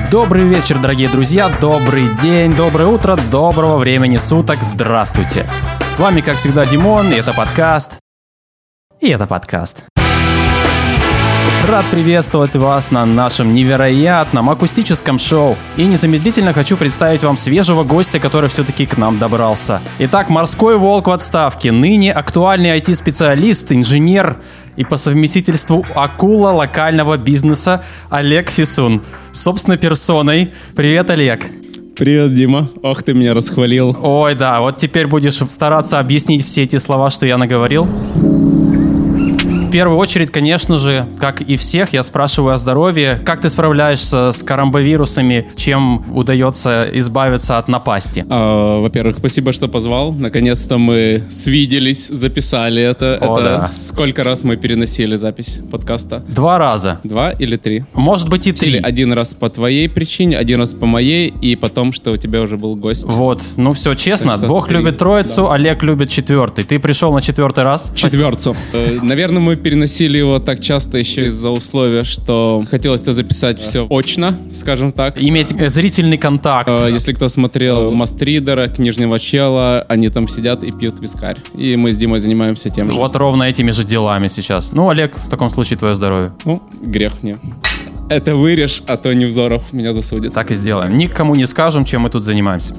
Добрый вечер, дорогие друзья, добрый день, доброе утро, доброго времени суток, здравствуйте. С вами, как всегда, Димон, и это подкаст. Рад приветствовать вас на нашем невероятном акустическом шоу. И незамедлительно хочу представить вам свежего гостя, который все-таки к нам добрался. Итак, морской волк в отставке, ныне актуальный IT-специалист, инженер и по совместительству акула локального бизнеса Олег Фисун. Собственной персоной. Привет, Олег. Привет, Дима. Ох, ты меня расхвалил. Ой, да, вот теперь будешь стараться объяснить все эти слова, что я наговорил. В первую очередь, конечно же, как и всех, я спрашиваю о здоровье. Как ты справляешься с коронавирусами? Чем удается избавиться от напасти? Во-первых, спасибо, что позвал. Наконец-то мы свиделись, записали это. Да. Сколько раз мы переносили запись подкаста? 2 раза. 2 или 3? Может быть и 3. Или 1 раз по твоей причине, 1 раз по моей, и потом, что у тебя уже был гость. Вот, ну все честно. Бог 3. любит троицу, да. Олег любит 4-й. Ты пришел на 4-й раз? 4-цу. Наверное, мы переносили его так часто еще из-за условия, что хотелось-то записать все очно, скажем так. Иметь зрительный контакт. Если кто смотрел Мастридера, Книжного чела, они там сидят и пьют вискарь. И мы с Димой занимаемся тем же. Вот ровно этими же делами сейчас. Ну, Олег, в таком случае твое здоровье. Ну, грех мне. Это вырежь, а то Невзоров меня засудит. Так и сделаем. Никому не скажем, чем мы тут занимаемся.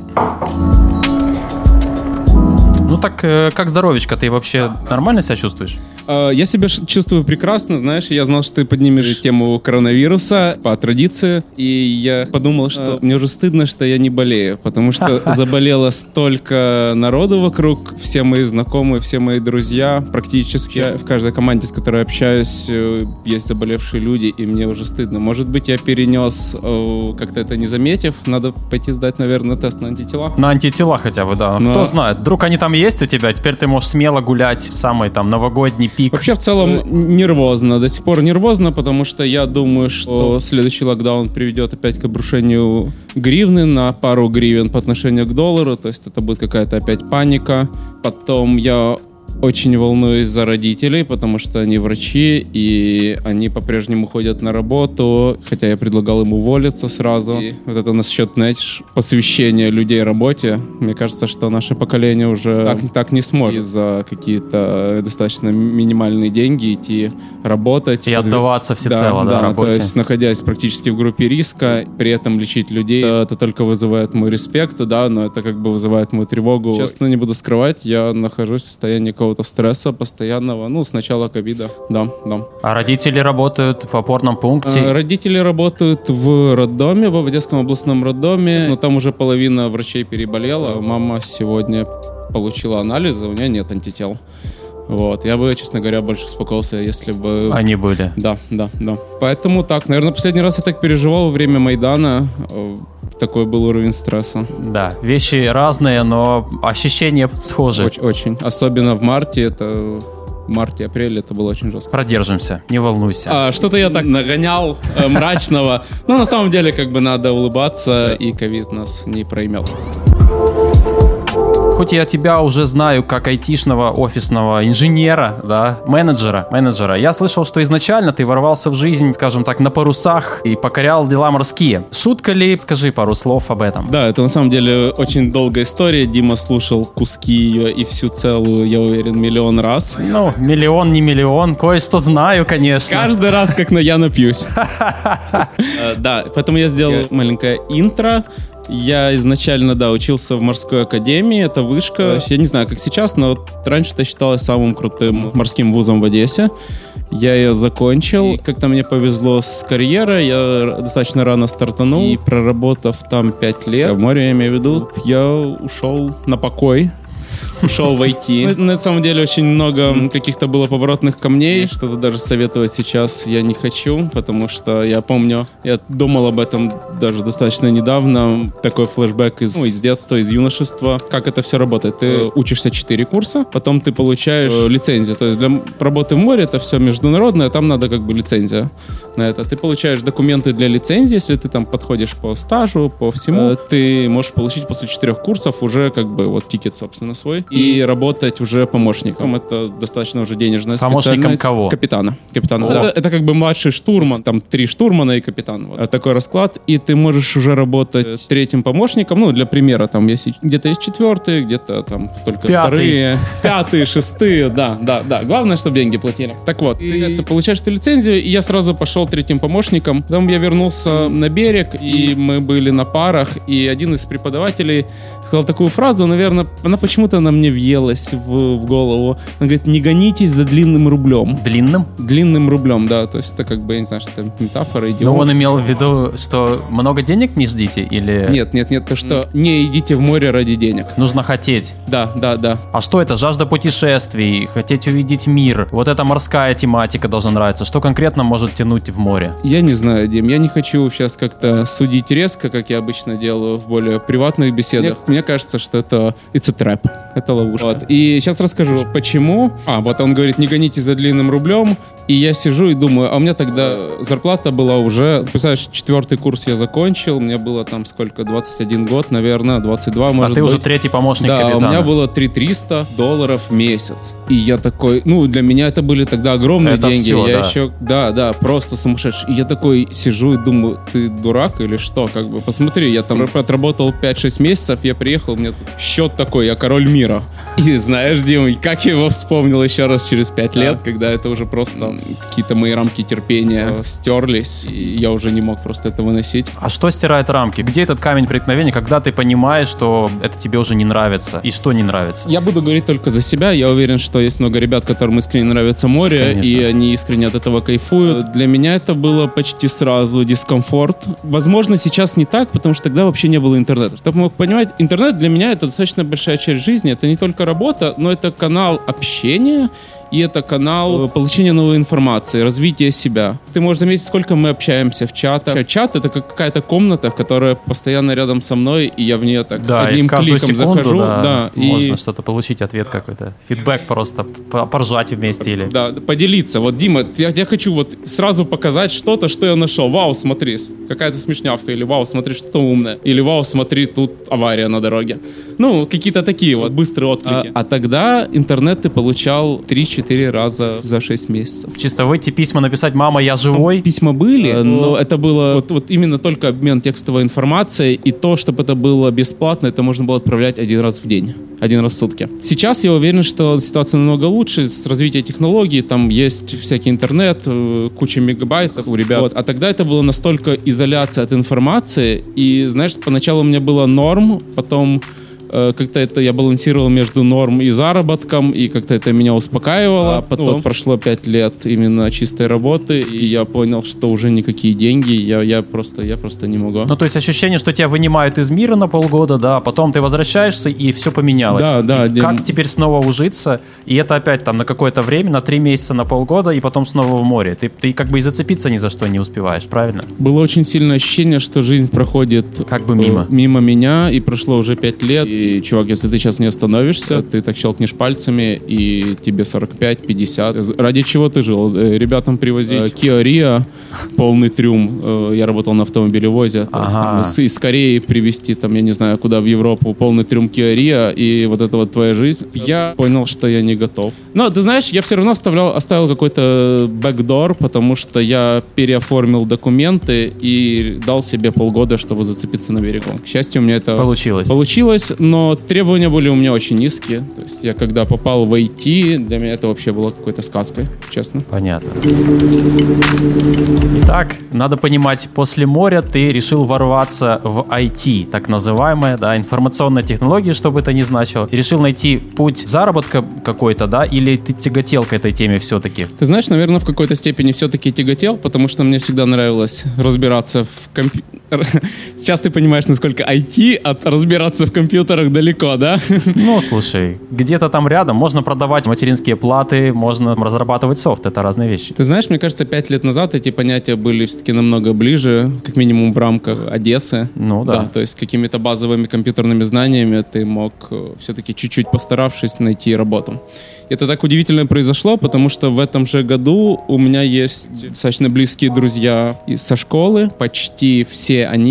Ну так, как здоровечко? Ты вообще нормально себя чувствуешь? Я себя чувствую прекрасно, знаешь, я знал, что ты поднимешь тему коронавируса по традиции, и я подумал, что мне уже стыдно, что я не болею, потому что заболело столько народу вокруг, все мои знакомые, все мои друзья, практически в каждой команде, с которой общаюсь, есть заболевшие люди, и мне уже стыдно. Может быть, я перенес, как-то это не заметив, надо пойти сдать, наверное, тест на антитела. На антитела хотя бы, да. Кто знает, вдруг они там есть у тебя, теперь ты можешь смело гулять в самый там новогодний пик. Вообще, в целом, нервозно. До сих пор нервозно, потому что я думаю, что следующий локдаун приведет опять к обрушению гривны на пару гривен по отношению к доллару. То есть это будет какая-то опять паника. Потом я очень волнуюсь за родителей, потому что они врачи, и они по-прежнему ходят на работу, хотя я предлагал им уволиться сразу. И вот это насчет, знаешь, посвящения людей работе. Мне кажется, что наше поколение уже так не сможет за какие-то достаточно минимальные деньги идти работать. И отдаваться всецело, да, работе. То есть, находясь практически в группе риска, при этом лечить людей, это только вызывает мой респект, да, но это как бы вызывает мою тревогу. Честно, не буду скрывать, я нахожусь в состоянии какого-то стресса постоянного, с начала ковида, да. А родители работают в опорном пункте? Родители работают в роддоме, в Одесском областном роддоме, но там уже половина врачей переболела. Мама сегодня получила анализы, у нее нет антител. Вот, я бы, честно говоря, больше успокоился, если бы... Они были. Да. Поэтому так, наверное, последний раз я так переживал во время Майдана. Такой был уровень стресса. Да, вещи разные, но ощущения схожи. Очень. Особенно в марте, марте-апреле это было очень жестко. Продержимся, не волнуйся. Что-то я так нагонял мрачного. Но на самом деле как бы надо улыбаться, и ковид нас не проимел. Хоть я тебя уже знаю как айтишного офисного инженера, да, менеджера, я слышал, что изначально ты ворвался в жизнь, скажем так, на парусах и покорял дела морские. Шутка ли? Скажи пару слов об этом. Да, это на самом деле очень долгая история. Дима слушал куски ее и всю целую, я уверен, 1 000 000 раз. Ну, 1 000 000, не 1 000 000, кое-что знаю, конечно. Каждый раз, как я напьюсь. Да, поэтому я сделал маленькое интро. Я изначально, учился в морской академии, это вышка. Я не знаю, как сейчас, но раньше это считалось самым крутым морским вузом в Одессе. Я ее закончил. И как-то мне повезло с карьерой. Я достаточно рано стартанул. И проработав там 5 лет, в море, я имею в виду, я ушел на покой. Ушел в IT. На самом деле очень много каких-то было поворотных камней. Что-то даже советовать сейчас я не хочу, потому что я помню, я думал об этом даже достаточно недавно. Такой флешбэк из детства, из юношества. Как это все работает? Ты учишься 4 курса, потом ты получаешь лицензию. То есть для работы в море это все международное, там надо как бы лицензия на это. Ты получаешь документы для лицензии, если ты там подходишь по стажу, по всему. Ты можешь получить после 4 курсов уже как бы вот тикет, собственно, свой. И работать уже помощником. Это достаточно уже денежная специальность. Помощником кого? Капитана. Да. Это как бы младший штурман. Там 3 штурмана и капитан. Вот. Такой расклад. И ты можешь уже работать третьим помощником. Ну, для примера, там где-то есть четвертые, где-то там только вторые, пятые, шестые. Да. Главное, чтобы деньги платили. Так вот, ты получаешь эту лицензию, и я сразу пошел третьим помощником. Потом я вернулся на берег, и мы были на парах, и один из преподавателей сказал такую фразу, наверное, она почему-то на мне въелась в голову. Он говорит: не гонитесь за длинным рублем. Длинным? Длинным рублем, да. То есть это как бы, я не знаю, что это метафора, идиот. Но он имел в виду, что много денег не ждите? Или... Нет, то что не идите в море ради денег. Нужно хотеть. Да. А что это? Жажда путешествий, хотеть увидеть мир. Вот эта морская тематика должна нравиться. Что конкретно может тянуть в море? Я не знаю, Дим. Я не хочу сейчас как-то судить резко, как я обычно делаю в более приватных беседах. Мне кажется, что это it's a trap. Это ловушка. Вот. И сейчас расскажу, почему. Вот он говорит: не гонитесь за длинным рублем. И я сижу и думаю, а у меня тогда зарплата была уже... Представляешь, 4-й курс я закончил, мне было там сколько, 21 год, наверное, 22, может быть. А ты уже третий помощник капитана. Да, у меня было $300 в месяц. И я такой, для меня это были тогда огромные это деньги. Все, я еще, просто сумасшедший. И я такой сижу и думаю, ты дурак или что? Как бы, посмотри, я там отработал 5-6 месяцев, я приехал, у меня тут счет такой, я король мира. И знаешь, Дима, как я его вспомнил еще раз через 5 лет, когда это уже просто... какие-то мои рамки терпения стерлись, и я уже не мог просто это выносить. А что стирает рамки? Где этот камень преткновения, когда ты понимаешь, что это тебе уже не нравится? И что не нравится? Я буду говорить только за себя. Я уверен, что есть много ребят, которым искренне нравится море, конечно, и они искренне от этого кайфуют. Для меня это было почти сразу дискомфорт. Возможно, сейчас не так, потому что тогда вообще не было интернета. Чтобы мог понимать, интернет для меня это достаточно большая часть жизни. Это не только работа, но это канал общения, и это канал получения новой информации, развития себя. Ты можешь заметить, сколько мы общаемся в чатах. Чат — это какая-то комната, которая постоянно рядом со мной, и я в нее так одним кликом захожу. Да, можно что-то получить, ответ какой-то. Фидбэк просто, поржать вместе или... Да, поделиться. Вот, Дима, я хочу вот сразу показать что-то, что я нашел. Вау, смотри, какая-то смешнявка. Или вау, смотри, что-то умное. Или вау, смотри, тут авария на дороге. Какие-то такие вот быстрые отклики. А тогда интернет ты получал 3-4 раза за 6 месяцев. Чисто выйти, письма написать: «Мама, я живой». Письма были, но это было вот именно только обмен текстовой информацией, и то, чтобы это было бесплатно, это можно было отправлять 1 раз в день, 1 раз в сутки. Сейчас я уверен, что ситуация намного лучше с развитием технологий, там есть всякий интернет, куча мегабайтов у ребят. Вот. А тогда это было настолько изоляция от информации, и, знаешь, поначалу у меня было норм, потом... как-то это я балансировал между норм и заработком, и как-то это меня успокаивало. Потом прошло 5 лет именно чистой работы, и я понял, что уже никакие деньги, я просто не могу. То есть ощущение, что тебя вынимают из мира на полгода, да, потом ты возвращаешься, и все поменялось. Да. Как теперь снова ужиться? И это опять там на какое-то время, на 3 месяца, на полгода, и потом снова в море. Ты как бы и зацепиться ни за что не успеваешь, правильно? Было очень сильное ощущение, что жизнь проходит как бы мимо меня, и прошло уже 5 лет. И, чувак, если ты сейчас не остановишься, ты так щелкнешь пальцами, и тебе 45-50. Ради чего ты жил? Ребятам привозить Kia Rio, полный трюм. Я работал на автомобилевозе. То есть, там, из Кореи привезти, там, я не знаю, куда, в Европу, полный трюм Kia Rio, и вот это вот твоя жизнь. Я понял, что я не готов. Но, ты знаешь, я все равно оставил какой-то бэкдор, потому что я переоформил документы и дал себе полгода, чтобы зацепиться на берегу. К счастью, у меня это получилось, но требования были у меня очень низкие. То есть я когда попал в IT, для меня это вообще было какой-то сказкой, честно. Понятно. Итак, надо понимать, после моря ты решил ворваться в IT, так называемое, да, информационные технологии, что бы это ни значило. И решил найти путь заработка какой-то, да, или ты тяготел к этой теме все-таки? Ты знаешь, наверное, в какой-то степени все-таки тяготел, потому что мне всегда нравилось разбираться в компьютерах. Сейчас ты понимаешь, насколько IT от разбираться в компьютерах далеко, да? Слушай, где-то там рядом можно продавать материнские платы, можно разрабатывать софт, это разные вещи. Ты знаешь, мне кажется, 5 лет назад эти понятия были все-таки намного ближе, как минимум в рамках Одессы. Да. То есть какими-то базовыми компьютерными знаниями ты мог все-таки чуть-чуть постаравшись найти работу. Это так удивительно произошло, потому что в этом же году у меня есть достаточно близкие друзья со школы. Почти все они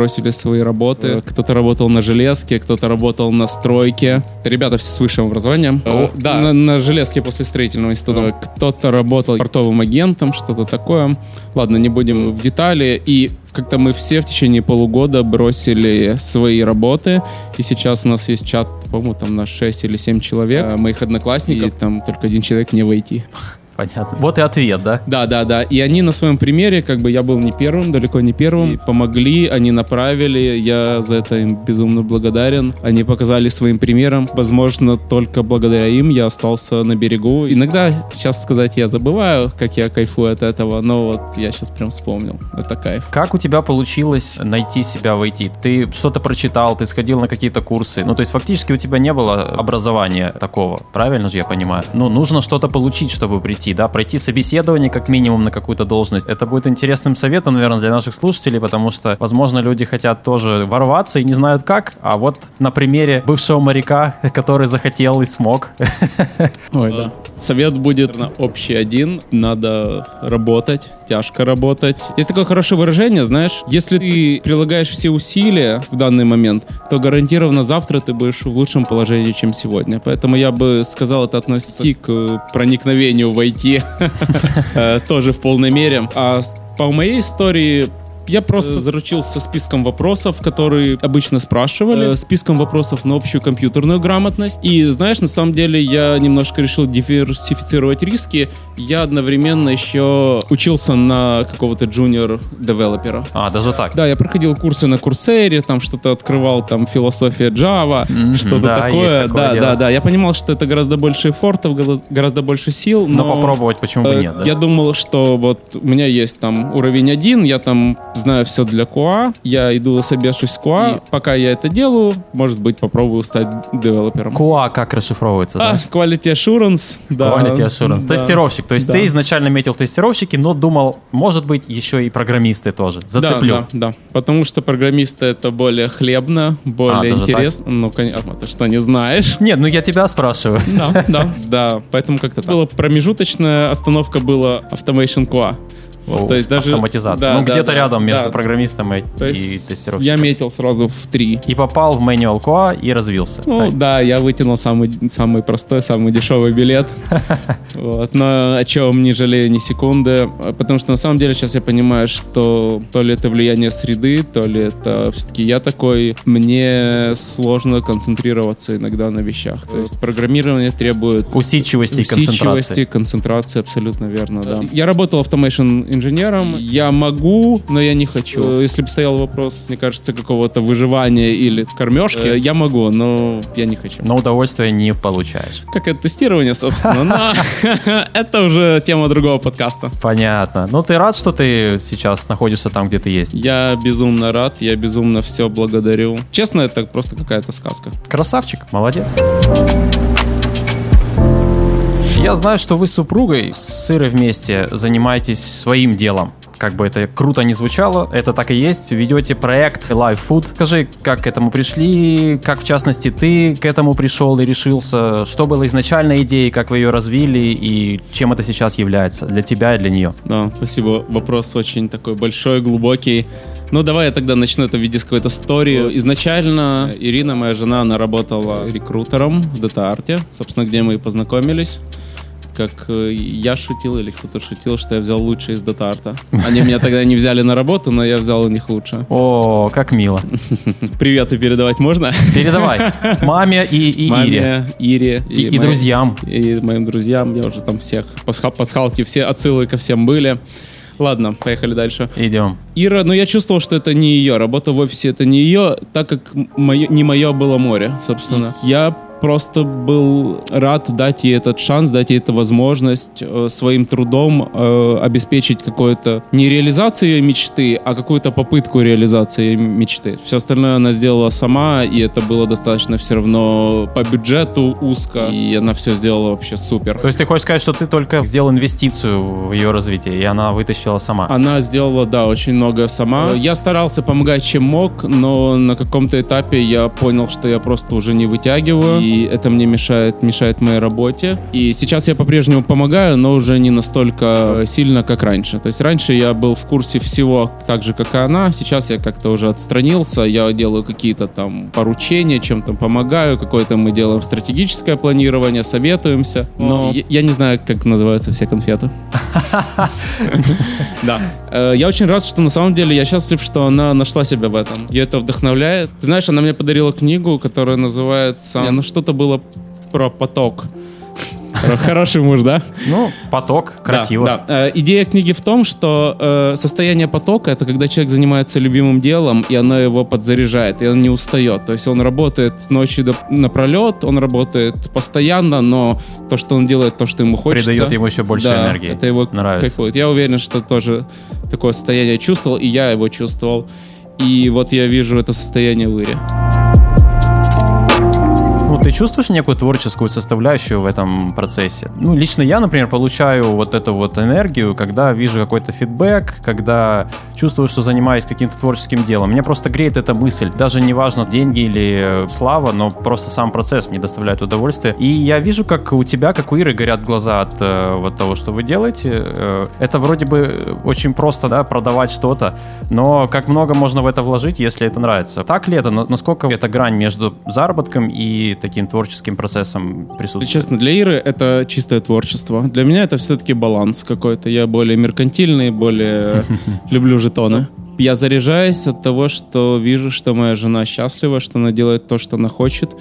бросили свои работы. Кто-то работал на железке, кто-то работал на стройке. Ребята все с высшим образованием. Да, на железке после строительного института. Кто-то работал портовым агентом, что-то такое. Ладно, не будем в детали. И как-то мы все в течение полугода бросили свои работы. И сейчас у нас есть чат, по-моему, там на 6 или 7 человек, моих одноклассников. И там только один человек не в IT. Понятно. Вот и ответ, да? Да. И они на своем примере, как бы я был не первым, далеко не первым, и помогли, они направили, я за это им безумно благодарен. Они показали своим примером. Возможно, только благодаря им я остался на берегу. Иногда, сейчас сказать, я забываю, как я кайфую от этого, но вот я сейчас прям вспомнил. Это кайф. Как у тебя получилось найти себя в IT? Ты что-то прочитал, ты сходил на какие-то курсы. Ну, то есть фактически у тебя не было образования такого, правильно же я понимаю? Ну, нужно что-то получить, чтобы прийти. Да, пройти собеседование как минимум на какую-то должность. Это будет интересным советом, наверное, для наших слушателей, потому что, возможно, люди хотят тоже ворваться и не знают как, а вот на примере бывшего моряка, который захотел и смог. Ой, да. Совет будет общий один. Надо работать, тяжко работать. Есть такое хорошее выражение, знаешь, если ты прилагаешь все усилия в данный момент, то гарантированно завтра ты будешь в лучшем положении, чем сегодня. Поэтому я бы сказал, это относится к проникновению в IT тоже в полной мере. А по моей истории я просто заручился списком вопросов, которые обычно спрашивали, списком вопросов на общую компьютерную грамотность. И, знаешь, на самом деле я немножко решил диверсифицировать риски. Я одновременно еще учился на какого-то джуниор-девелопера. А, даже так? Да, я проходил курсы на Курсере, там что-то открывал, там философия Java, что-то такое. Да. Я понимал, что это гораздо больше эфортов, гораздо больше сил. Но попробовать почему бы нет, да? Я думал, что вот у меня есть там уровень 1, я там знаю все для QA, я иду собешусь в QA, и пока я это делаю, может быть, попробую стать девелопером. QA как расшифровывается, знаешь? Quality Assurance. Да. Quality Assurance. Да. Тестировщик. То есть ты изначально метил тестировщики, но думал, может быть, еще и программисты тоже. Зацеплю. Да. Потому что программисты это более хлебно, более интересно. Ну, конечно, ты что, не знаешь? Нет, ну я тебя спрашиваю. Да. Поэтому как-то так. Была промежуточная остановка, была Automation QA. Вот, то есть даже автоматизация. Где-то рядом между программистом и тестировщиком. Я метил сразу в 3. И попал в Manual QA и развился. Да, я вытянул самый простой, самый дешевый билет. Но о чем не жалею ни секунды. Потому что на самом деле сейчас я понимаю, что то ли это влияние среды, то ли это все-таки я такой. Мне сложно концентрироваться иногда на вещах. То есть программирование требует усидчивости и концентрации, абсолютно верно, да. Я работал автомейшн инженером. Я могу, но я не хочу. Если бы стоял вопрос, мне кажется, какого-то выживания или кормежки, я могу, но я не хочу. Но удовольствия не получаешь. Как это тестирование, собственно. Но это уже тема другого подкаста. Понятно. Ну, ты рад, что ты сейчас находишься там, где ты есть? Я безумно рад, я безумно все благодарю. Честно, это просто какая-то сказка. Красавчик, молодец. Я знаю, что вы с супругой, с Ирой вместе, занимаетесь своим делом. Как бы это круто не звучало, это так и есть. Ведете проект Live Food. Скажи, как к этому пришли, как в частности ты к этому пришел и решился, что было изначальной идеей, как вы ее развили и чем это сейчас является для тебя и для нее? Да, спасибо. Вопрос очень такой большой, глубокий. Ну, давай я тогда начну это в виде какой-то истории. Изначально Ирина, моя жена, она работала рекрутером в DataArt, собственно, где мы и познакомились. Как я шутил или кто-то шутил, что я взял лучшее из DataArt. Они меня тогда не взяли на работу, но я взял у них лучше. О, как мило. Приветы передавать можно? Передавай. Маме и Ире. Ире. И друзьям. И моим друзьям. Я уже там всех пасхалки, все отсылы ко всем были. Ладно, поехали дальше. Идем. Ира, я чувствовал, что это не ее. Работа в офисе это не ее, так как не мое было море, собственно. Я просто был рад дать ей этот шанс, дать ей эту возможность своим трудом обеспечить какую-то не реализацию ее мечты, а какую-то попытку реализации ее мечты. Все остальное она сделала сама, и это было достаточно все равно по бюджету узко, и она все сделала вообще супер. То есть ты хочешь сказать, что ты только сделал инвестицию в ее развитие, и она вытащила сама? Она сделала, да, очень много сама. Я старался помогать, чем мог, но на каком-то этапе я понял, что я просто уже не вытягиваю. И и это мне мешает моей работе. И сейчас я по-прежнему помогаю, но уже не настолько сильно, как раньше. То есть раньше я был в курсе всего так же, как и она. Сейчас я как-то уже отстранился, я делаю какие-то там поручения, чем-то помогаю, какое-то мы делаем стратегическое планирование, советуемся. Но я не знаю, как называются все конфеты. Да. Я очень рад, что на самом деле я счастлив, что она нашла себя в этом. Ее это вдохновляет. Ты знаешь, она мне подарила книгу, которая называется... Что-то было про поток. Хороший муж, да? Ну, поток, красиво. Да. Идея книги в том, что состояние потока — это когда человек занимается любимым делом, и оно его подзаряжает, и он не устает. То есть он работает ночью напролет, он работает постоянно, но то, что он делает, то, что ему хочется... Придает ему еще больше энергии. Это его нравится. Кайфует. Я уверен, что тоже такое состояние чувствовал, и я его чувствовал. И вот я вижу это состояние в Ире. Ну, ты чувствуешь некую творческую составляющую в этом процессе? Ну, лично я, например, получаю вот эту вот энергию, когда вижу какой-то фидбэк, когда чувствую, что занимаюсь каким-то творческим делом. Меня просто греет эта мысль. Даже не важно, деньги или слава, но просто сам процесс мне доставляет удовольствие. И я вижу, как у тебя, как у Иры, горят глаза от вот того, что вы делаете. Это вроде бы очень просто, да, продавать что-то, но как много можно в это вложить, если это нравится. Так ли это? Насколько эта грань между заработком и таким творческим процессом присутствует? Честно, для Иры это чистое творчество. Для меня это все-таки баланс какой-то. Я более меркантильный, более люблю жетоны. Я заряжаюсь от того, что вижу, что моя жена счастлива, что она делает то, что она хочет.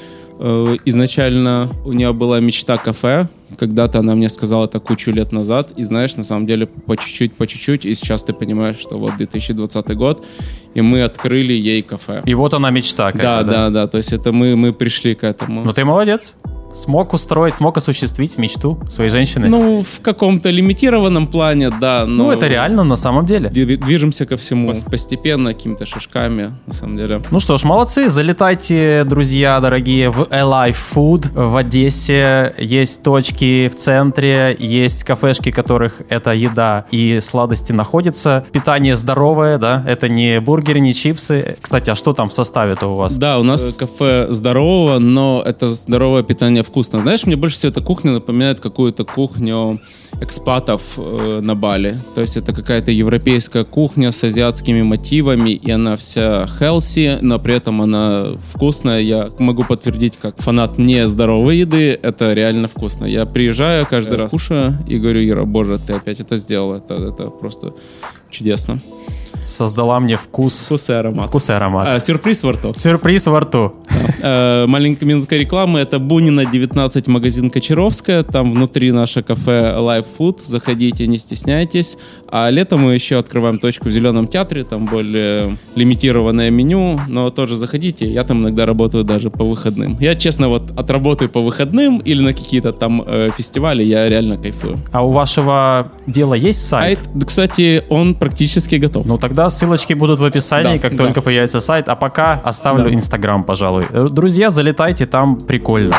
Изначально у нее была мечта кафе. Когда-то она мне сказала это кучу лет назад. И знаешь, на самом деле по чуть-чуть. И сейчас ты понимаешь, что вот 2020 год, и мы открыли ей кафе. И вот она мечта какая-то. Да. То есть это мы пришли к этому. Ну ты молодец. Смог осуществить мечту своей женщины. Ну, в каком-то лимитированном плане, да. Но ну, это реально на самом деле. Движемся ко всему постепенно, какими-то шажками, на самом деле. Ну что ж, молодцы. Залетайте, друзья дорогие, в Alive Food в Одессе. Есть точки в центре, есть кафешки, в которых эта еда и сладости находятся. Питание здоровое, да? Это не бургеры, не чипсы. Кстати, а что там в составе-то у вас? Да, у нас кафе здорового, но это здоровое питание вкусно. Знаешь, мне больше всего эта кухня напоминает какую-то кухню экспатов на Бали. То есть это какая-то европейская кухня с азиатскими мотивами, и она вся healthy, но при этом она вкусная. Я могу подтвердить, как фанат нездоровой еды, это реально вкусно. Я приезжаю каждый раз, кушаю и говорю: Ира, боже, ты опять это сделал. Это просто чудесно. Создала мне вкус и аромат. Сюрприз во рту. Сюрприз во рту. Маленькая минутка рекламы. Это Бунина, 19, магазин Кочаровская. Там внутри наше кафе Live Food. Заходите, не стесняйтесь. А летом мы еще открываем точку в Зеленом театре. Там более лимитированное меню. Но тоже заходите. Я там иногда работаю даже по выходным. Я, честно, вот отработаю по выходным или на какие-то там фестивали. Я реально кайфую. А у вашего дела есть сайт? Кстати, он практически готов. Ну, тогда ссылочки будут в описании, как только появится сайт. А пока оставлю Инстаграм, пожалуй. Друзья, залетайте, там прикольно.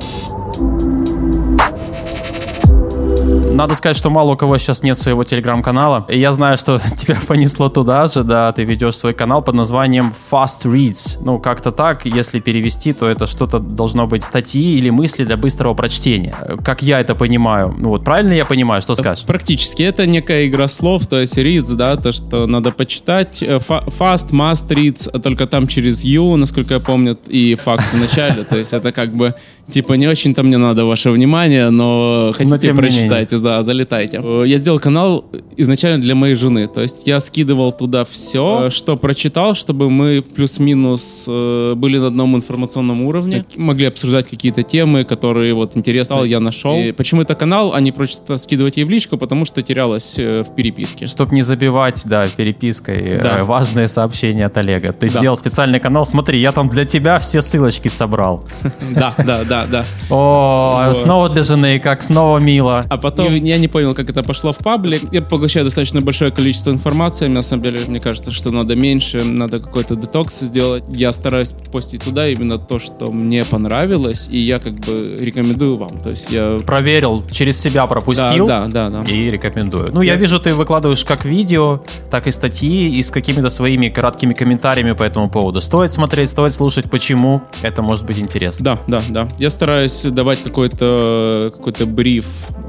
Надо сказать, что мало у кого сейчас нет своего телеграм-канала. И я знаю, что тебя понесло туда же, да, ты ведешь свой канал под названием Fast Reads. Ну, как-то так, если перевести, то это что-то должно быть статьи или мысли для быстрого прочтения. Как я это понимаю. Ну вот, правильно я понимаю, что скажешь? Практически. Это некая игра слов, то есть reads, да, то, что надо почитать. Fast, must, reads, а только там через you, насколько я помню, и факт в начале. То есть это как бы, типа, не очень-то мне надо ваше внимание, но хотите прочитайте, да, залетайте. Я сделал канал изначально для моей жены, то есть я скидывал туда все, что прочитал, чтобы мы плюс-минус были на одном информационном уровне, могли обсуждать какие-то темы, которые вот интересно я нашел. И почему это канал, а не просто скидывать ей в личку, потому что терялось в переписке. Чтоб не забивать, да, перепиской важные сообщения от Олега. Ты сделал специальный канал, смотри, я там для тебя все ссылочки собрал. Да. О, снова для жены, как снова мило. А потом я не понял, как это пошло в паблик. Я поглощаю достаточно большое количество информации. На самом деле, мне кажется, что надо меньше, надо какой-то детокс сделать. Я стараюсь постить туда именно то, что мне понравилось, и я как бы рекомендую вам. То есть я... Проверил, через себя пропустил да. И рекомендую. Ну, я вижу, ты выкладываешь как видео, так и статьи, и с какими-то своими краткими комментариями по этому поводу. Стоит смотреть, стоит слушать, почему. Это может быть интересно. Да. Я стараюсь давать какой-то бриф,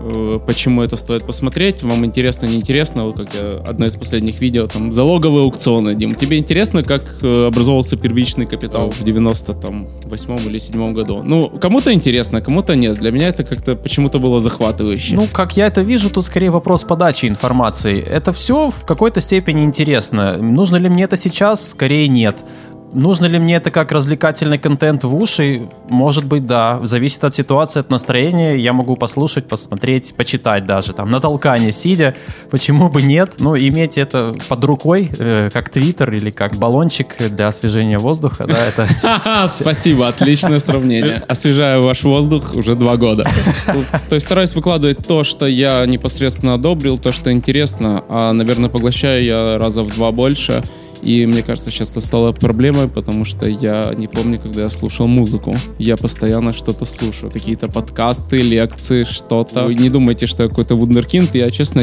почему это стоит посмотреть. Вам интересно, неинтересно? Вот как одно из последних видео, там, залоговые аукционы, Дим. Тебе интересно, как образовывался первичный капитал в 98-м или 7-м году? Ну, кому-то интересно, кому-то нет. Для меня это как-то почему-то было захватывающе. Ну, как я это вижу, тут скорее вопрос подачи информации. Это все в какой-то степени интересно. Нужно ли мне это сейчас? Скорее нет. Нужно ли мне это как развлекательный контент в уши? Может быть, да. Зависит от ситуации, от настроения. Я могу послушать, посмотреть, почитать даже. Там на толкане сидя. Почему бы нет? Ну, иметь это под рукой, как твиттер или как баллончик для освежения воздуха. Да, это... Спасибо, отличное сравнение. Освежаю ваш воздух уже 2 года. То есть стараюсь выкладывать то, что я непосредственно одобрил, то, что интересно. А, наверное, поглощаю я раза в 2 больше. И мне кажется, сейчас это стало проблемой, потому что я не помню, когда я слушал музыку. Я постоянно что-то слушаю. Какие-то подкасты, лекции, что-то. Вы не думайте, что я какой-то вундеркинд.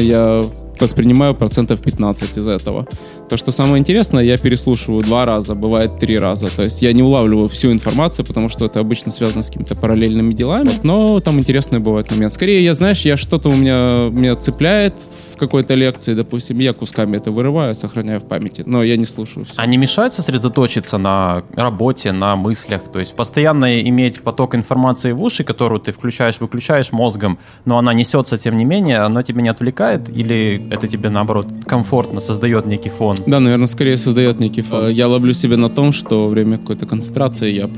Я воспринимаю 15% из этого. То, что самое интересное, я переслушиваю 2 раза, бывает 3 раза. То есть я не улавливаю всю информацию, потому что это обычно связано с какими-то параллельными делами. Вот, но там интересный бывает момент. Скорее, что-то у меня цепляет в какой-то лекции, допустим, я кусками это вырываю, сохраняю в памяти, но я не слушаю все. А не мешает сосредоточиться на работе, на мыслях? То есть постоянно иметь поток информации в уши, которую ты включаешь-выключаешь мозгом, но она несется, тем не менее, она тебя не отвлекает? Или это тебе, наоборот, комфортно, создает некий фон? Да, наверное, скорее создает некий фон. Я ловлю себя на том, что во время какой-то концентрации я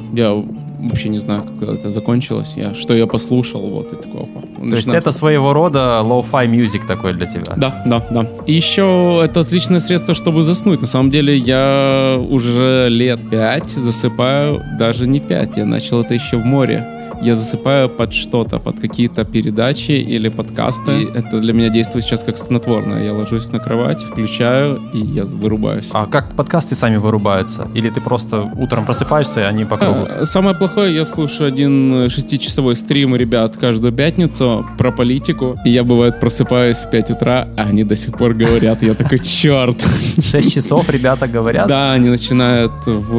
вообще не знаю, когда это закончилось, что я послушал, вот, и такого. То есть это своего рода low-fi music такой для тебя? Да. И еще это отличное средство, чтобы заснуть. На самом деле я уже лет 5 засыпаю, даже не 5, я начал это еще в море. Я засыпаю под что-то, под какие-то передачи или подкасты. И это для меня действует сейчас как снотворное. Я ложусь на кровать, включаю, и я вырубаюсь. А как подкасты сами вырубаются? Или ты просто утром просыпаешься, и они по кругу? Самое плохое, я слушаю один 6-часовой стрим ребят каждую пятницу про политику. И я, бывает, просыпаюсь в 5 утра, а они до сих пор говорят. Я такой, черт. 6 часов ребята говорят? Да, они начинают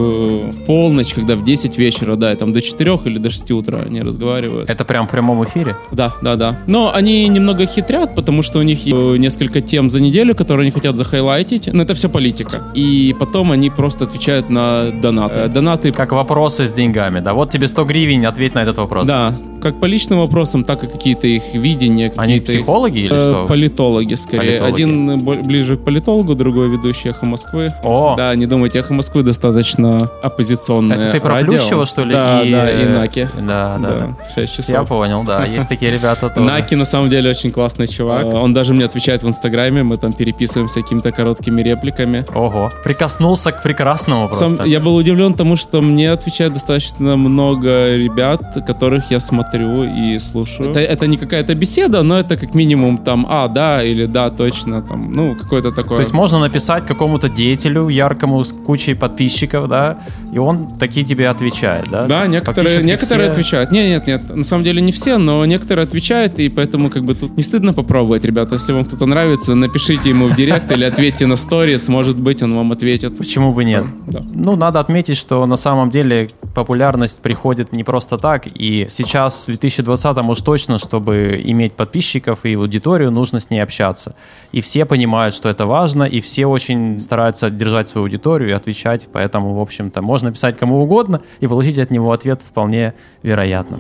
в полночь, когда в 10 вечера, да, и там до 4 или до 6 утра они разговаривают. Это прям в прямом эфире? Да. Но они немного хитрят, потому что у них несколько тем за неделю, которые они хотят захайлайтить. Но это все политика. И потом они просто отвечают на донаты. Донаты... Как вопросы с деньгами, да? Вот тебе 100 гривен, ответь на этот вопрос. Да, как по личным вопросам, так и какие-то их видения. Они психологи или что? Политологи, скорее. Один ближе к политологу, другой ведущий «Эхо Москвы». О! Да, не думайте, «Эхо Москвы» достаточно оппозиционное радио. Это ты про Плющева, что ли? Да, и Наки. Да. 6 часов. Я понял, да, есть такие ребята тоже. Наки на самом деле очень классный чувак. Он даже мне отвечает в Инстаграме, мы там переписываемся какими-то короткими репликами. Ого, прикоснулся к прекрасному просто. Я был удивлен тому, что мне отвечает достаточно много ребят, которых я смотрю и слушаю. Это не какая-то беседа, но это как минимум там да или да, точно, там, ну, какое-то такое. То есть можно написать какому-то деятелю яркому с кучей подписчиков, да, и он такие тебе отвечает, да? Да, некоторые отвечают. Нет, на самом деле не все, но некоторые отвечают, и поэтому как бы тут не стыдно попробовать, ребята. Если вам кто-то нравится, напишите ему в директ или ответьте на сторис, может быть, он вам ответит. Почему бы нет? Да. Ну, надо отметить, что на самом деле популярность приходит не просто так, и сейчас, в 2020-м уж точно, чтобы иметь подписчиков и аудиторию, нужно с ней общаться. И все понимают, что это важно, и все очень стараются держать свою аудиторию и отвечать, поэтому, в общем-то, можно писать кому угодно и получить от него ответ вполне вероятно.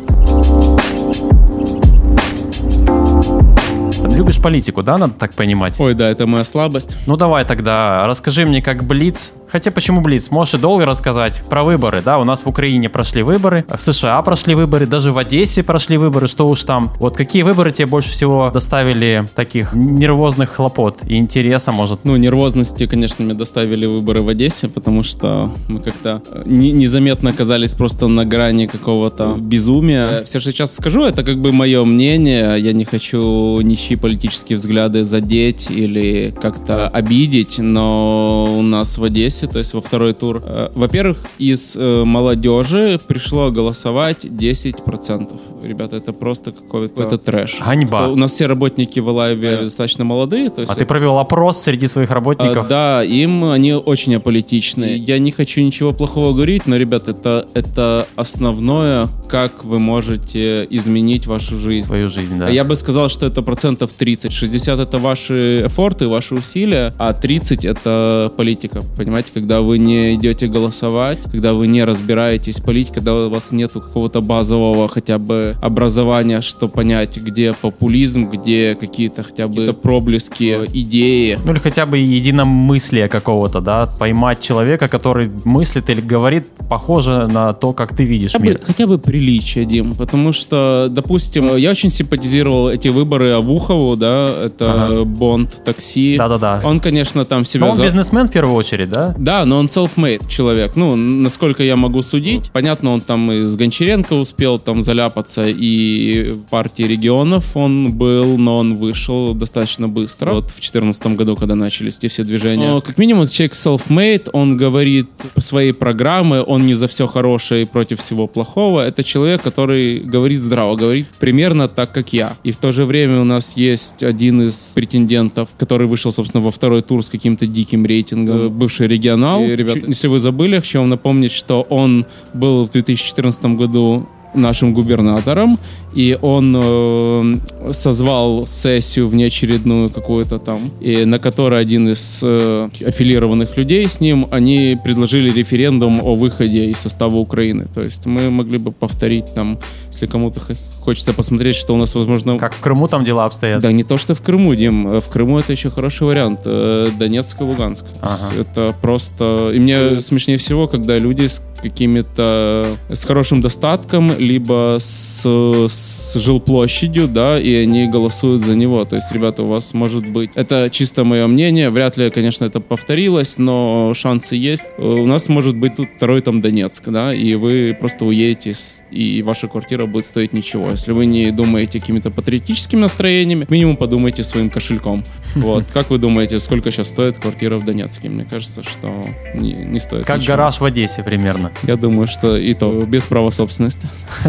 Любишь политику, да, надо так понимать? Ой, да, это моя слабость. Ну давай тогда, расскажи мне, как Блиц Хотя почему Блиц? Можешь и долго рассказать про выборы, да? У нас в Украине прошли выборы, в США прошли выборы, даже в Одессе прошли выборы, что уж там. Вот какие выборы тебе больше всего доставили таких нервозных хлопот и интереса, может? Нервозности, конечно, мне доставили выборы в Одессе, потому что мы как-то незаметно оказались просто на грани какого-то безумия. Все, что сейчас скажу, это как бы мое мнение. Я не хочу ничьи политические взгляды задеть или как-то обидеть, но у нас в Одессе, то есть во второй тур, во-первых, из молодежи пришло голосовать 10%. Ребята, это просто какой-то трэш. Ганьба. У нас все работники в Alive достаточно молодые. То есть ты провел опрос среди своих работников? Да, они очень аполитичные. Я не хочу ничего плохого говорить, но, ребят, это основное, как вы можете изменить вашу жизнь. Свою жизнь, да. Я бы сказал, что это 30%. 60 это ваши эфорты, ваши усилия, а 30 это политика. Понимаете, когда вы не идете голосовать, когда вы не разбираетесь в политике, когда у вас нету какого-то базового хотя бы образования, что понять, где популизм, где какие-то хотя бы проблески идеи. Или хотя бы единомыслия какого-то, да, поймать человека, который мыслит или говорит похоже на то, как ты видишь мир. Хотя бы приличие, Дим, потому что, допустим, я очень симпатизировал эти выборы Авухову, да, это Бонд, такси. Да-да-да. Он, конечно, там себя... Но он бизнесмен в первую очередь, да? Да, но он self-made человек. Насколько я могу судить. Понятно, он там и с Гончаренко успел там заляпаться, и в партии регионов он был, но он вышел достаточно быстро. Вот в 2014 году, когда начались эти все движения. Но, как минимум, человек self-made, он говорит своей программы, он не за все хорошее и против всего плохого. Это человек, который говорит здраво, говорит примерно так, как я. И в то же время у нас есть один из претендентов, который вышел, собственно, во второй тур с каким-то диким рейтингом, бывший регионал. И, ребята, если вы забыли, хочу вам напомнить, что он был в 2014 году нашим губернатором, и он созвал сессию внеочередную какую-то там, и на которой один из аффилированных людей с ним, они предложили референдум о выходе из состава Украины. То есть мы могли бы повторить там, если кому-то хочется посмотреть, что у нас, возможно... Как в Крыму там дела обстоят? Да, не то, что в Крыму, Дим. В Крыму это еще хороший вариант. Донецк и Луганск. Это просто... И мне смешнее всего, когда люди с какими-то... с хорошим достатком, либо с жилплощадью, да, и они голосуют за него. То есть, ребята, у вас может быть... Это чисто мое мнение. Вряд ли, конечно, это повторилось, но шансы есть. У нас может быть тут второй там Донецк, да, и вы просто уедете, и ваша квартира будет стоить ничего. Если вы не думаете какими-то патриотическими настроениями, минимум подумайте своим кошельком. Вот. Как вы думаете, сколько сейчас стоит квартира в Донецке? Мне кажется, что не стоит как ничего. Гараж в Одессе примерно. Я думаю, что и то без права собственности.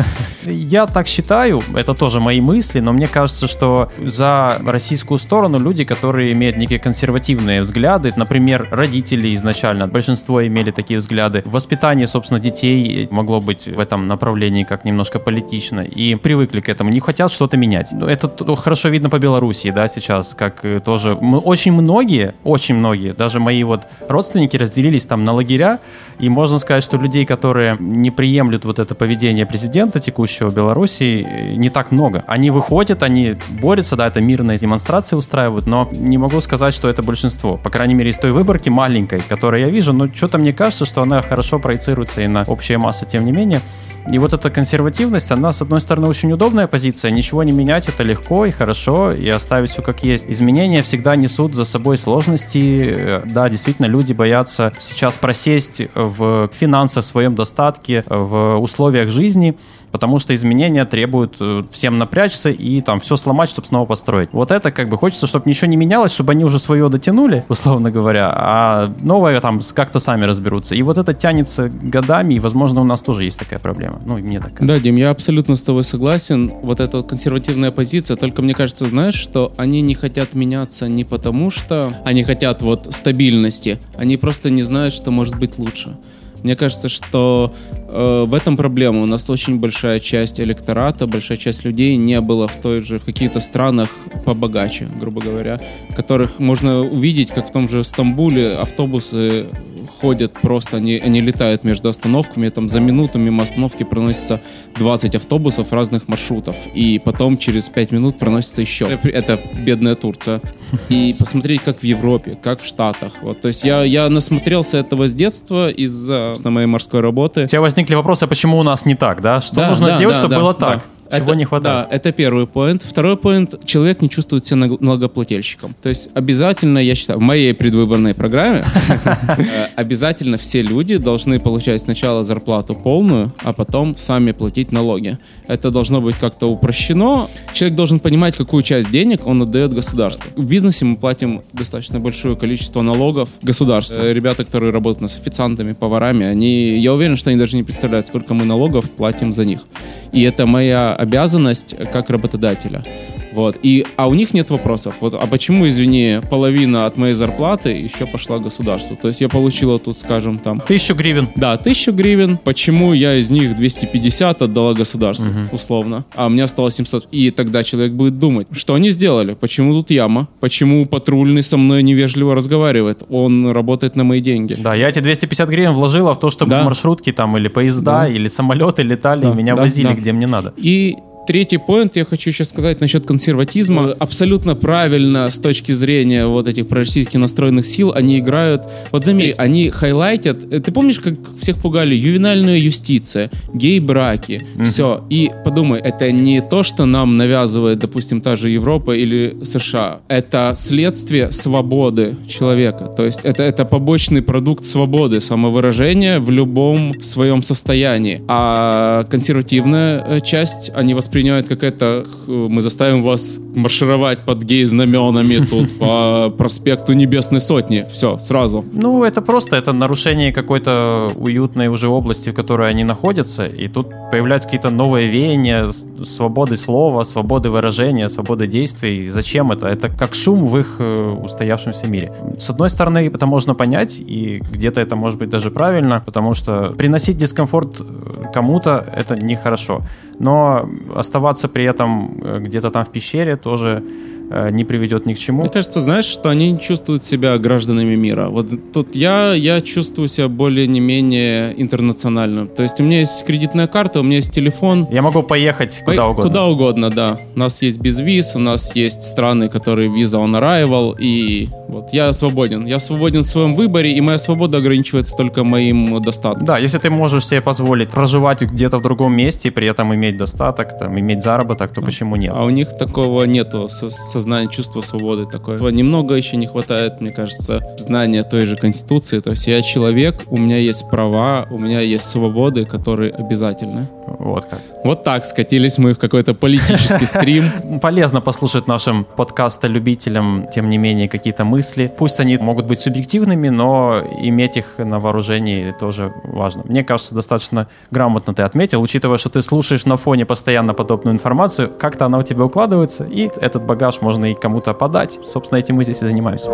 Я так считаю, это тоже мои мысли, но мне кажется, что за российскую сторону люди, которые имеют некие консервативные взгляды, например, родители изначально, большинство имели такие взгляды, воспитание, собственно, детей могло быть в этом направлении как немножко политично, и привыкли к этому, не хотят что-то менять. Это хорошо видно по Белоруссии, да, сейчас, как тоже очень многие, даже мои вот родственники разделились там на лагеря, и можно сказать, что людей, которые не приемлют вот это поведение президента текущего Белоруссии, не так много. Они выходят, они борются, да, это мирные демонстрации устраивают, но не могу сказать, что это большинство. По крайней мере, из той выборки маленькой, которую я вижу, но что-то мне кажется, что она хорошо проецируется и на общие массы, тем не менее. И вот эта консервативность, она, с одной стороны, очень удобная позиция. Ничего не менять, это легко и хорошо, и оставить все как есть. Изменения всегда несут за собой сложности. Да, действительно, люди боятся сейчас просесть в финансах, в своем достатке, в условиях жизни, потому что изменения требуют всем напрячься и там все сломать, чтобы снова построить. Вот это как бы хочется, чтобы ничего не менялось, чтобы они уже свое дотянули, условно говоря, а новое там как-то сами разберутся. И вот это тянется годами, и, возможно, у нас тоже есть такая проблема. Ну, и мне так кажется. Да, Дим, я абсолютно с тобой согласен. Вот эта вот консервативная позиция, только мне кажется, знаешь, что они не хотят меняться не потому, что они хотят вот стабильности, они просто не знают, что может быть лучше. Мне кажется, что в этом проблема. У нас очень большая часть электората, большая часть людей не была в каких-то странах побогаче, грубо говоря, которых можно увидеть, как в том же Стамбуле автобусы ходят просто, они летают между остановками, там за минуту мимо остановки проносится 20 автобусов разных маршрутов, и потом через 5 минут проносится еще. Это бедная Турция. И посмотреть, как в Европе, как в Штатах. Вот, то есть я насмотрелся этого с детства из-за моей морской работы. У тебя возникли вопросы, почему у нас не так, да? Что нужно сделать, чтобы было так? Чего не хватает? Да, это первый поинт. Второй поинт. Человек не чувствует себя налогоплательщиком. То есть обязательно, я считаю, в моей предвыборной программе обязательно все люди должны получать сначала зарплату полную, а потом сами платить налоги. Это должно быть как-то упрощено. Человек должен понимать, какую часть денег он отдает государству. В бизнесе мы платим достаточно большое количество налогов государству. Ребята, которые работают у нас официантами, поварами, я уверен, что они даже не представляют, сколько мы налогов платим за них. И это моя обязанность как работодателя. Вот. А у них нет вопросов. Вот, а почему, извини, половина от моей зарплаты еще пошла государству? То есть я получила тут, скажем, там... 1000 гривен. Да, 1000 гривен. Почему я из них 250 отдала государству, условно? А мне осталось 700. И тогда человек будет думать, что они сделали? Почему тут яма? Почему патрульный со мной невежливо разговаривает? Он работает на мои деньги. Да, я эти 250 гривен вложила в то, чтобы маршрутки там или поезда, или самолеты летали, и меня возили, где мне надо. И третий поинт я хочу сейчас сказать насчет консерватизма. Абсолютно правильно с точки зрения вот этих пророссийски настроенных сил они играют. Вот заметь, они хайлайтят. Ты помнишь, как всех пугали? Ювенальная юстиция, гей-браки, все. И подумай, это не то, что нам навязывает, допустим, та же Европа или США. Это следствие свободы человека. То есть это побочный продукт свободы, самовыражения в любом своем состоянии. А консервативная часть, они воспринимают как это, мы заставим вас маршировать под гей-знаменами тут по проспекту Небесной Сотни. Все, сразу. Ну, это просто, это нарушение какой-то уютной уже области, в которой они находятся, и тут появляются какие-то новые веяния свободы слова, свободы выражения, свободы действий. Зачем это? Это как шум в их устоявшемся мире. С одной стороны, это можно понять, и где-то это может быть даже правильно, потому что приносить дискомфорт кому-то — это нехорошо. Но оставаться при этом где-то там в пещере тоже не приведет ни к чему. Мне кажется, знаешь, что они чувствуют себя гражданами мира. Вот тут я чувствую себя более не менее интернациональным. То есть у меня есть кредитная карта, у меня есть телефон. Я могу поехать куда угодно. Куда угодно, да. У нас есть безвиз, у нас есть страны, которые visa on arrival, и вот я свободен. Я свободен в своем выборе, и моя свобода ограничивается только моим достатком. Да, если ты можешь себе позволить проживать где-то в другом месте и при этом иметь достаток, там, иметь заработок, то почему нет? А у них такого нету, сознание, чувство свободы такое. Немного еще не хватает, мне кажется, знания той же Конституции. То есть я человек, у меня есть права, у меня есть свободы, которые обязательны. Вот как. Вот так скатились мы в какой-то политический стрим. Полезно послушать нашим подкаста-любителям, тем не менее, какие-то мысли. Пусть они могут быть субъективными, но иметь их на вооружении тоже важно. Мне кажется, достаточно грамотно ты отметил, учитывая, что ты слушаешь на фоне постоянно подобную информацию, как-то она у тебя укладывается, и этот багаж можно и кому-то подать. Собственно, этим мы здесь и занимаемся.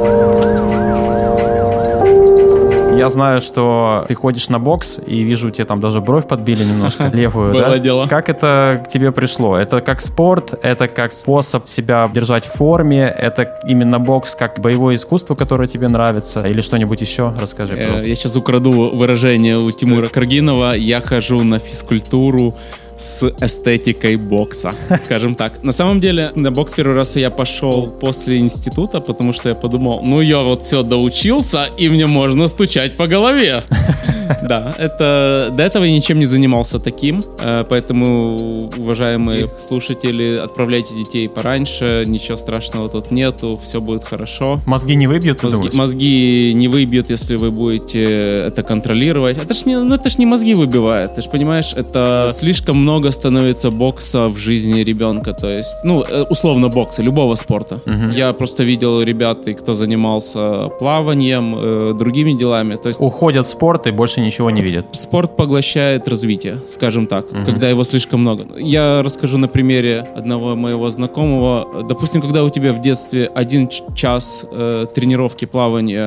Я знаю, что ты ходишь на бокс, и вижу, тебе там даже бровь подбили немножко, левую. Было дело. Как это к тебе пришло? Это как спорт, это как способ себя держать в форме, это именно бокс как боевое искусство, которое тебе нравится, или что-нибудь еще? Расскажи, пожалуйста. Я сейчас украду выражение у Тимура Каргинова. Я хожу на физкультуру с эстетикой бокса, скажем так. На самом деле, на бокс первый раз я пошел после института, потому что я подумал, я вот все доучился, и мне можно стучать по голове. Да, до этого я ничем не занимался таким, поэтому, уважаемые слушатели, отправляйте детей пораньше, ничего страшного тут нету, все будет хорошо. Мозги не выбьют, ты думаешь? Мозги не выбьют, если вы будете это контролировать. Это ж не мозги выбивает, ты же понимаешь, это слишком много становится бокса в жизни ребенка, то есть, условно бокса, любого спорта. Я просто видел ребят, кто занимался плаванием, другими делами. То есть уходят в спорт и больше ничего не видят. Спорт поглощает развитие, скажем так, когда его слишком много. Я расскажу на примере одного моего знакомого. Допустим, когда у тебя в детстве 1 час тренировки плавания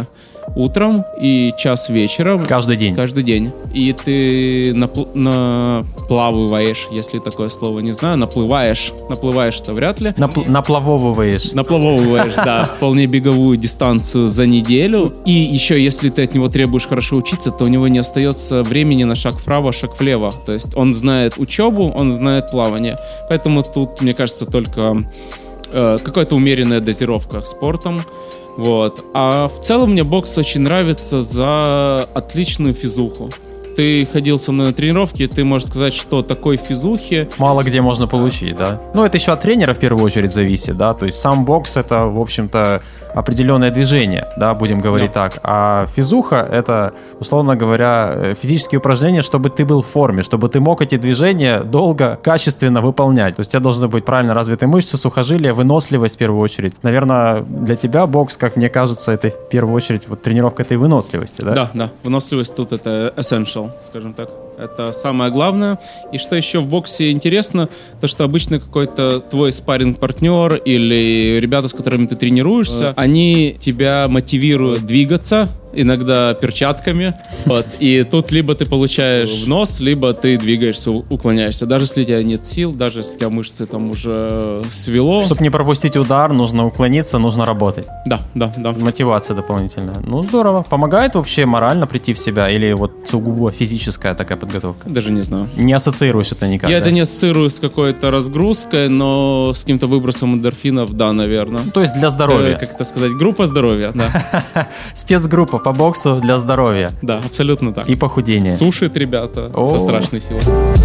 утром и час вечером. Каждый день? Каждый день. И ты наплавываешь, если такое слово не знаю, наплываешь это вряд ли. Наплавовываешь. Наплавовываешь, да, вполне беговую дистанцию за неделю. И еще, если ты от него требуешь хорошо учиться, то у него не остается времени на шаг вправо, шаг влево. То есть он знает учебу, он знает плавание. Поэтому тут, мне кажется, только какая-то умеренная дозировка спортом. Вот. А в целом мне бокс очень нравится за отличную физуху. Ты ходил со мной на тренировки, ты можешь сказать, что такой физухи мало где можно получить, да? Ну, это еще от тренера в первую очередь зависит, да? То есть сам бокс — это, в общем-то, определенное движение, да, будем говорить так. А физуха — это, условно говоря, физические упражнения, чтобы ты был в форме, чтобы ты мог эти движения долго, качественно выполнять. То есть у тебя должны быть правильно развитые мышцы, сухожилия, выносливость в первую очередь. Наверное, для тебя бокс, как мне кажется, это в первую очередь вот тренировка этой выносливости, да? Да. Выносливость тут это essential, скажем так. Это самое главное. И что еще в боксе интересно, то что обычно какой-то твой спарринг-партнер или ребята, с которыми ты тренируешься, они тебя мотивируют двигаться, иногда перчатками. Вот. И тут либо ты получаешь в нос, либо ты двигаешься, уклоняешься. Даже если у тебя нет сил, даже если у тебя мышцы там уже свело. Чтобы не пропустить удар, нужно уклониться, нужно работать. Да. Мотивация дополнительная. Ну, здорово. Помогает вообще морально прийти в себя? Или вот сугубо физическая такая подготовка? Даже не знаю. Не ассоциируешь это никак? Я это не ассоциирую с какой-то разгрузкой, но с каким-то выбросом эндорфинов, да, наверное. То есть для здоровья? Как это сказать? Группа здоровья, да. Спецгруппа по боксу для здоровья. Да, абсолютно так. И похудения. Сушат ребята со страшной силой.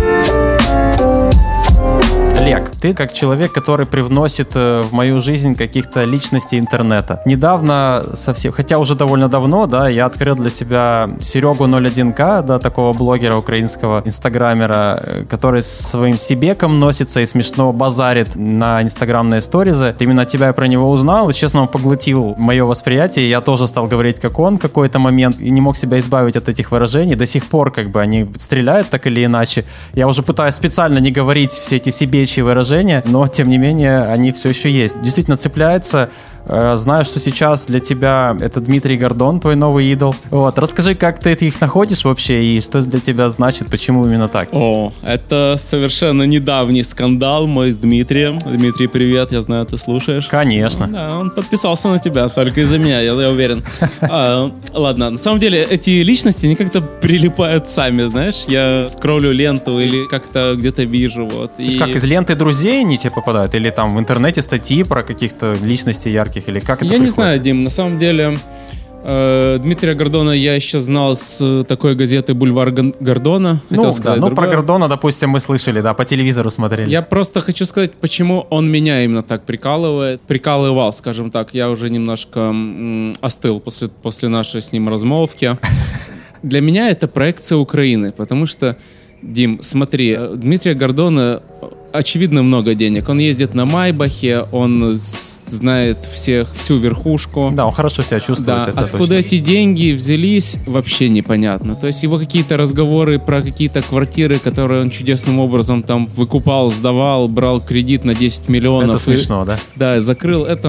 Олег, ты как человек, который привносит в мою жизнь каких-то личностей интернета. Недавно, совсем, хотя уже довольно давно, да, я открыл для себя Серегу 01К, да, такого блогера украинского, инстаграмера, который с своим себеком носится и смешно базарит на инстаграмные сторизы. Именно от тебя я про него узнал, и, честно, он поглотил мое восприятие. Я тоже стал говорить, как он в какой-то момент, и не мог себя избавить от этих выражений. До сих пор, как бы, они стреляют так или иначе. Я уже пытаюсь специально не говорить все эти себечьи выражения, но, тем не менее, они все еще есть. Действительно цепляется. Знаю, что сейчас для тебя это Дмитрий Гордон, твой новый идол. Вот, расскажи, как ты их находишь вообще и что для тебя значит, почему именно так? О, это совершенно недавний скандал мой с Дмитрием. Дмитрий, привет, я знаю, ты слушаешь. Конечно. Да, он подписался на тебя только из-за меня, я уверен. Ладно, на самом деле эти личности, они как-то прилипают сами, знаешь. Я скроллю ленту или как-то где-то вижу. Вот, То есть как, из ленты друзей они тебе попадают? Или там в интернете статьи про каких-то личностей ярких? Или как это Я приходит? не знаю, Дим, на самом деле Дмитрия Гордона я еще знал с такой газеты «Бульвар Гордона». Ну, да, ну про Гордона, допустим, мы слышали, да, по телевизору смотрели. Я просто хочу сказать, почему он меня именно так прикалывал, скажем так. Я уже немножко остыл после нашей с ним размолвки. Для меня это проекция Украины, потому что, Дим, смотри, Дмитрия Гордона очевидно много денег. Он ездит на Майбахе, он знает всю верхушку. Да, он хорошо себя чувствует. Да, это откуда точно. эти деньги взялись, вообще непонятно. То есть его какие-то разговоры про какие-то квартиры, которые он чудесным образом там выкупал, сдавал, брал кредит на 10 миллионов. Это смешно, да? Да, закрыл. Это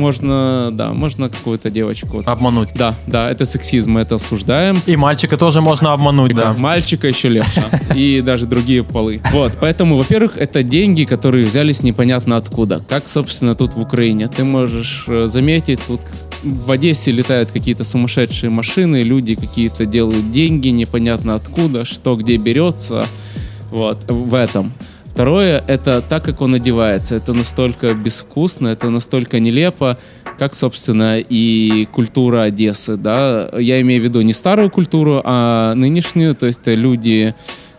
можно какую-то девочку обмануть. Да, это сексизм, мы это осуждаем. И мальчика тоже можно обмануть, да. Мальчика еще легче. И даже другие полы. Вот, поэтому, во-первых, это деньги, которые взялись непонятно откуда. Как, собственно, тут в Украине. Ты можешь заметить, тут в Одессе летают какие-то сумасшедшие машины, люди какие-то делают деньги, непонятно откуда, что где берется. Вот, в этом. Второе, это так, как он одевается. Это настолько безвкусно, это настолько нелепо, как, собственно, и культура Одессы, да. Я имею в виду не старую культуру, а нынешнюю, то есть люди,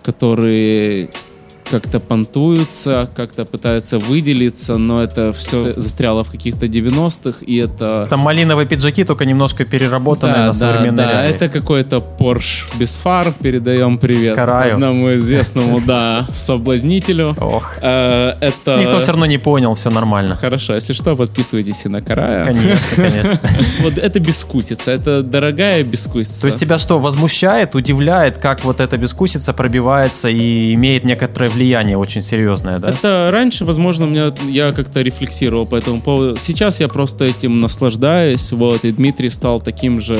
которые как-то понтуются, как-то пытаются выделиться, но это все застряло в каких-то 90-х, и это... Там малиновые пиджаки, только немножко переработанные на современные реалии. Это какой-то Porsche без фар. Передаем привет Караю. одному известному, соблазнителю. Ох. Это... Никто все равно не понял, все нормально. Хорошо, если что, подписывайтесь и на Карая. Конечно. Вот это безвкусица, это дорогая безвкусица. То есть тебя что, возмущает, удивляет, как вот эта безвкусица пробивается и имеет некоторое влияние очень серьезное, да? Это раньше, возможно, я как-то рефлексировал по этому поводу. Сейчас я просто этим наслаждаюсь, вот, и Дмитрий стал таким же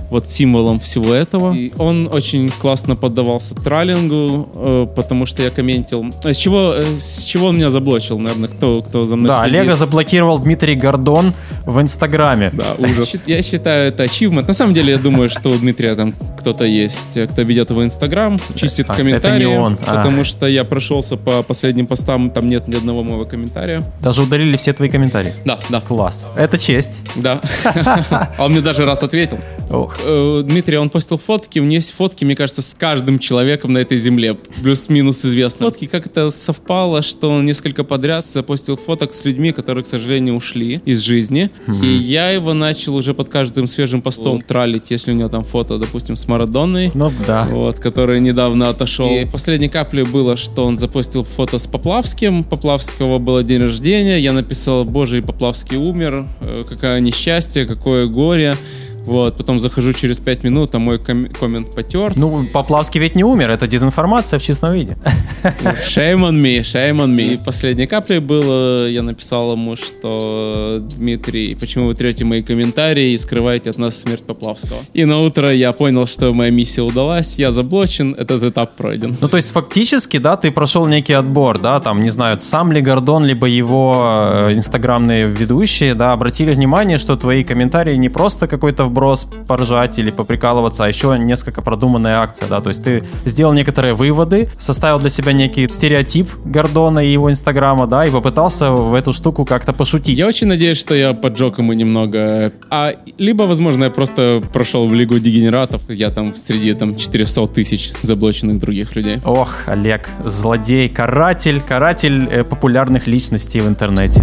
вот символом всего этого. И он очень классно поддавался троллингу, потому что я комментил. С чего он меня заблочил, наверное, кто за мной следит? Олега заблокировал Дмитрий Гордон в Инстаграме. Да, ужас. Я считаю, это ачивмент. На самом деле, я думаю, что у Дмитрия там кто-то есть, кто ведет его Инстаграм, чистит комментарии. Это не он. Потому что я прошелся по последним постам, там нет ни одного моего комментария. Даже удалили все твои комментарии? Да. Класс. Это честь. Да. А он мне даже раз ответил. Ох. Дмитрий, он постил фотки. У меня есть фотки, мне кажется, с каждым человеком на этой земле. Плюс-минус известно. Фотки, как это совпало, что он несколько подряд запостил фоток с людьми, которые, к сожалению, ушли из жизни. И я его начал уже под каждым свежим постом тралить, если у него там фото, допустим, с Марадонной. Ну да. Вот, который недавно отошел. И последней каплей было, что он запостил фото с Поплавским. Поплавского было день рождения. Я написал: боже, и Поплавский умер. Какое несчастье, какое горе. Вот, потом захожу через 5 минут, а мой коммент потер. Ну, Поплавский ведь не умер, это дезинформация в чистом виде. Shame on me. И последней каплей было, я написал ему, что: Дмитрий, почему вы трете мои комментарии и скрываете от нас смерть Поплавского? И на утро я понял, что моя миссия удалась, я заблочен, этот этап пройден. Ну, то есть, фактически, да, ты прошел некий отбор, да, там, не знаю, сам ли Гордон, либо его инстаграмные ведущие, да, обратили внимание, что твои комментарии не просто какой-то вброс поржать или поприкалываться, а еще несколько продуманная акция, да, то есть ты сделал некоторые выводы, составил для себя некий стереотип Гордона и его инстаграма, да, и попытался в эту штуку как-то пошутить. Я очень надеюсь, что я поджег ему немного, либо, возможно, я просто прошел в Лигу дегенератов, я там среди 400 тысяч заблоченных других людей. Ох, Олег, злодей, каратель популярных личностей в интернете.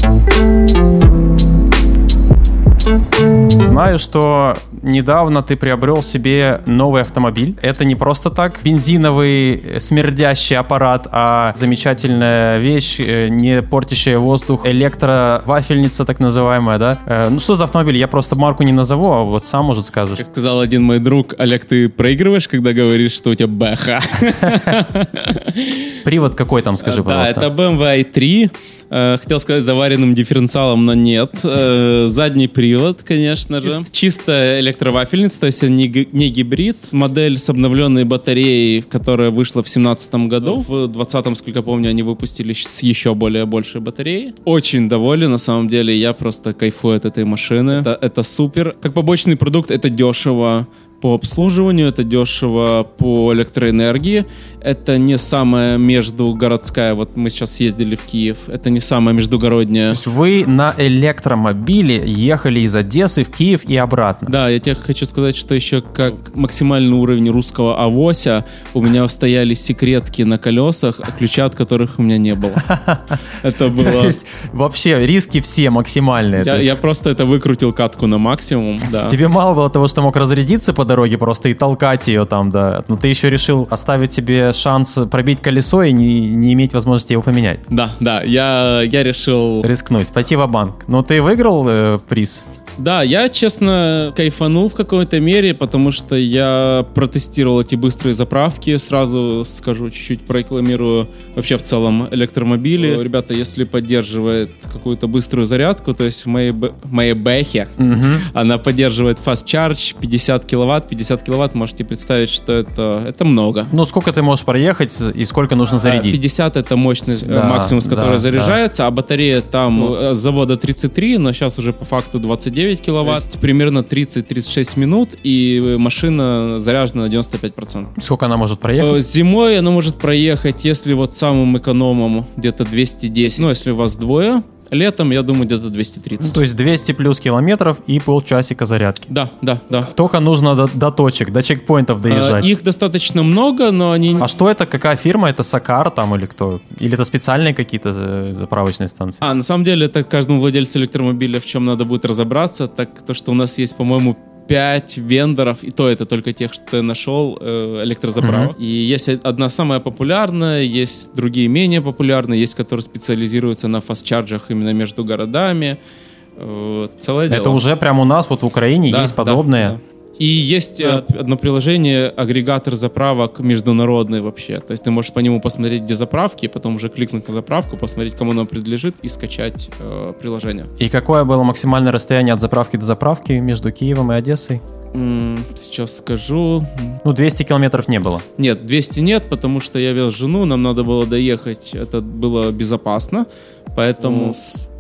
Знаю, что недавно ты приобрел себе новый автомобиль. Это не просто так бензиновый смердящий аппарат, а замечательная вещь, не портящая воздух, электровафельница так называемая, да? Ну что за автомобиль? Я просто марку не назову, а вот сам, может, скажешь. Как сказал один мой друг: Олег, ты проигрываешь, когда говоришь, что у тебя БХ? Привод какой там, скажи, пожалуйста? Да, это BMW i3. Хотел сказать заваренным дифференциалом, но нет. Задний привод, конечно же. Чисто электровафельница, то есть не гибрид. Модель с обновленной батареей, которая вышла в 2017 году. В 2020, сколько помню, они выпустили с еще более большей батареей. Очень доволен, на самом деле. Я просто кайфую от этой машины. Это супер. Как побочный продукт, это дешево по обслуживанию, это дешево по электроэнергии. Это не самая междугородская. Вот мы сейчас ездили в Киев. Это не самая междугородняя. То есть вы на электромобиле ехали из Одессы в Киев и обратно? Да, я тебе хочу сказать, что еще как максимальный уровень русского авося у меня стояли секретки на колесах, ключа от которых у меня не было. Это было... То есть вообще риски все максимальные. Я просто это выкрутил катку на максимум. Тебе мало было того, что мог разрядиться по дороге просто и толкать ее там, да. Но ты еще решил оставить себе шанс пробить колесо и не иметь возможности его поменять. Да, я решил... Рискнуть, пойти ва-банк. Но ты выиграл приз? Да, я, честно, кайфанул в какой-то мере, потому что я протестировал эти быстрые заправки. Сразу скажу, чуть-чуть прорекламирую вообще в целом электромобили. Ребята, если поддерживает какую-то быструю зарядку, то есть в моей бэхе, она поддерживает fast charge 50 киловатт, можете представить, что это много. Ну, сколько ты можешь проехать и сколько нужно зарядить? 50 это мощность максимум, с которой заряжается, а батарея там с завода 33, но сейчас уже по факту 29 киловатт, то есть примерно 30-36 минут, и машина заряжена на 95%. Сколько она может проехать? Зимой она может проехать, если вот самым экономом, где-то 210, ну, если у вас двое. Летом, я думаю, где-то 230. Ну, то есть 200 плюс километров и полчасика зарядки. Да. Только нужно до точек, до чекпоинтов доезжать. Их достаточно много, но они... А что это? Какая фирма? Это Сакар там или кто? Или это специальные какие-то заправочные станции? На самом деле, это каждому владельцу электромобиля в чем надо будет разобраться. Так то, что у нас есть, по-моему, 5 вендоров, и то это только тех, что я нашел, электрозаправок. И есть одна самая популярная, есть другие менее популярные, есть, которые специализируются на фаст-чарджах именно между городами. Целое дело. Это уже прямо у нас вот в Украине есть подобные. Да. И есть одно приложение, агрегатор заправок международный вообще. То есть ты можешь по нему посмотреть, где заправки, потом уже кликнуть на заправку, посмотреть, кому она принадлежит, и скачать приложение. И какое было максимальное расстояние от заправки до заправки между Киевом и Одессой? Сейчас скажу. 200 километров не было. Нет, 200 нет, потому что я вез жену, нам надо было доехать, это было безопасно, поэтому